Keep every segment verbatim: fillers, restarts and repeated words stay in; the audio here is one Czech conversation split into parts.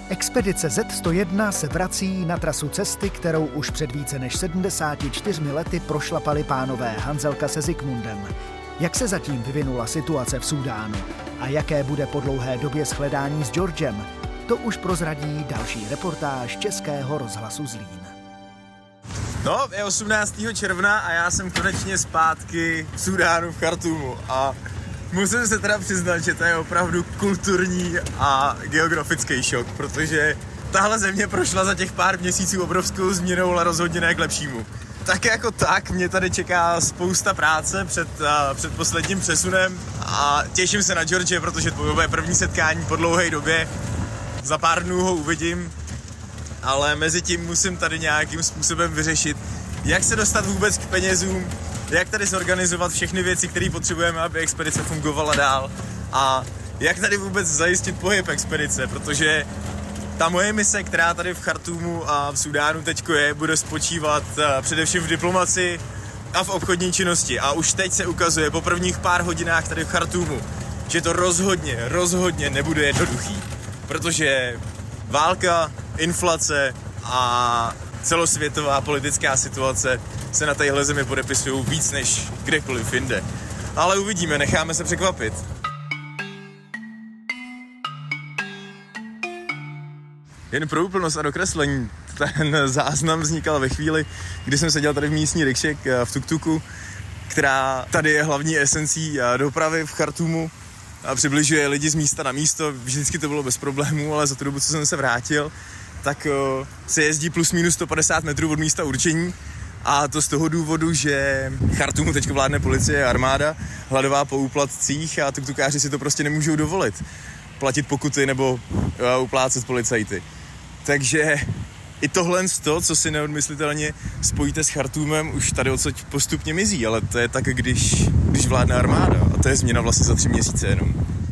Expedice zet sto jedna se vrací na trasu cesty, kterou už před více než sedmdesáti čtyřmi lety prošlapali pánové Hanzelka se Zikmundem. Jak se zatím vyvinula situace v Súdánu a jaké bude po dlouhé době shledání s Georgem, to už prozradí další reportáž Českého rozhlasu Zlín. No, je osmnáctého června a já jsem konečně zpátky v Súdánu v Chartúmu a musím se teda přiznat, že to je opravdu kulturní a geografický šok, protože tahle země prošla za těch pár měsíců obrovskou změnou, ale rozhodně ne k lepšímu. Tak jako tak, mě tady čeká spousta práce před, uh, před posledním přesunem a těším se na George, protože to bude první setkání po dlouhé době. Za pár dnů ho uvidím, ale mezi tím musím tady nějakým způsobem vyřešit, jak se dostat vůbec k penězům, jak tady zorganizovat všechny věci, které potřebujeme, aby expedice fungovala dál a jak tady vůbec zajistit pohyb expedice, protože ta moje mise, která tady v Chartúmu a v Súdánu teďko je, bude spočívat především v diplomaci a v obchodní činnosti. A už teď se ukazuje po prvních pár hodinách tady v Chartúmu, že to rozhodně, rozhodně nebude jednoduchý. Protože válka, inflace a celosvětová politická situace se na téhle zemi podepisují víc než kdekoliv jinde. Ale uvidíme, necháme se překvapit. Jen pro úplnost a dokreslení, ten záznam vznikal ve chvíli, kdy jsem seděl tady v místní rikše v tuk-tuku, která tady je hlavní esencí dopravy v Chartúmu a přibližuje lidi z místa na místo. Vždycky to bylo bez problémů, ale za tu dobu, co jsem se vrátil, tak se jezdí plus minus sto padesát metrů od místa určení. A to z toho důvodu, že Chartúmu teď vládne policie a armáda, hladová po úplatcích a tuk-tukáři si to prostě nemůžou dovolit. Platit pokuty nebo uplácet policajty. Takže i tohle, co si neodmyslitelně spojíte s Chartúmem, už tady odsud postupně mizí, ale to je tak, když, když vládne armáda a to je změna vlastně za tři měsíce jenom.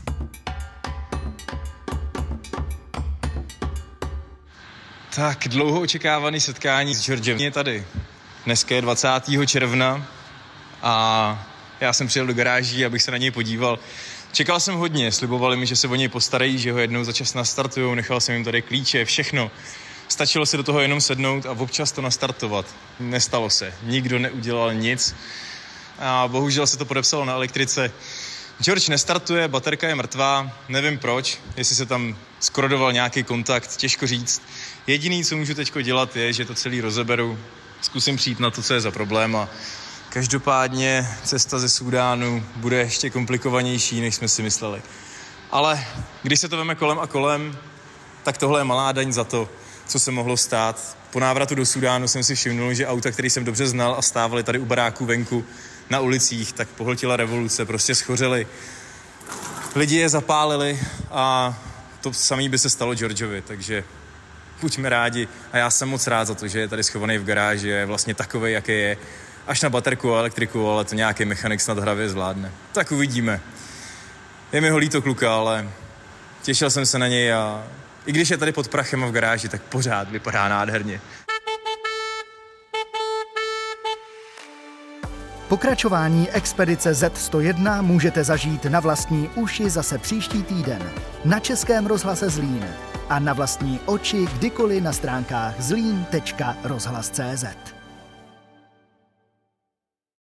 Tak, dlouho očekávaný setkání s Georgem je tady. Dneska je dvacátého června a já jsem přijel do garáží, abych se na něj podíval. Čekal jsem hodně, slibovali mi, že se o něj postarají, že ho jednou za čas nastartujou, nechal jsem jim tady klíče, všechno. Stačilo se do toho jenom sednout a občas to nastartovat. Nestalo se, nikdo neudělal nic a bohužel se to podepsalo na elektrice. George nestartuje, baterka je mrtvá, nevím proč, jestli se tam skorodoval nějaký kontakt, těžko říct. Jediný, co můžu teďko dělat, je, že to celý rozeberu, zkusím přijít na to, co je za problém a každopádně cesta ze Súdánu bude ještě komplikovanější, než jsme si mysleli. Ale když se to veme kolem a kolem, tak tohle je malá daň za to, co se mohlo stát. Po návratu do Súdánu jsem si všimnul, že auta, který jsem dobře znal a stávali tady u baráků venku na ulicích, tak pohltila revoluce, prostě schořely. Lidi je zapálili a to samé by se stalo Georgeovi, takže buďme rádi. A já jsem moc rád za to, že je tady schovaný v garáži, je vlastně takovej, jaký je. Až na baterku a elektriku, ale to nějaký mechanik snad hravě zvládne. Tak uvidíme. Je mi ho líto kluka, ale těšil jsem se na něj a i když je tady pod prachem a v garáži, tak pořád vypadá nádherně. Pokračování expedice zet sto jedna můžete zažít na vlastní uši zase příští týden na Českém rozhlase Zlín a na vlastní oči kdykoliv na stránkách zlín tečka rozhlas tečka cé zet.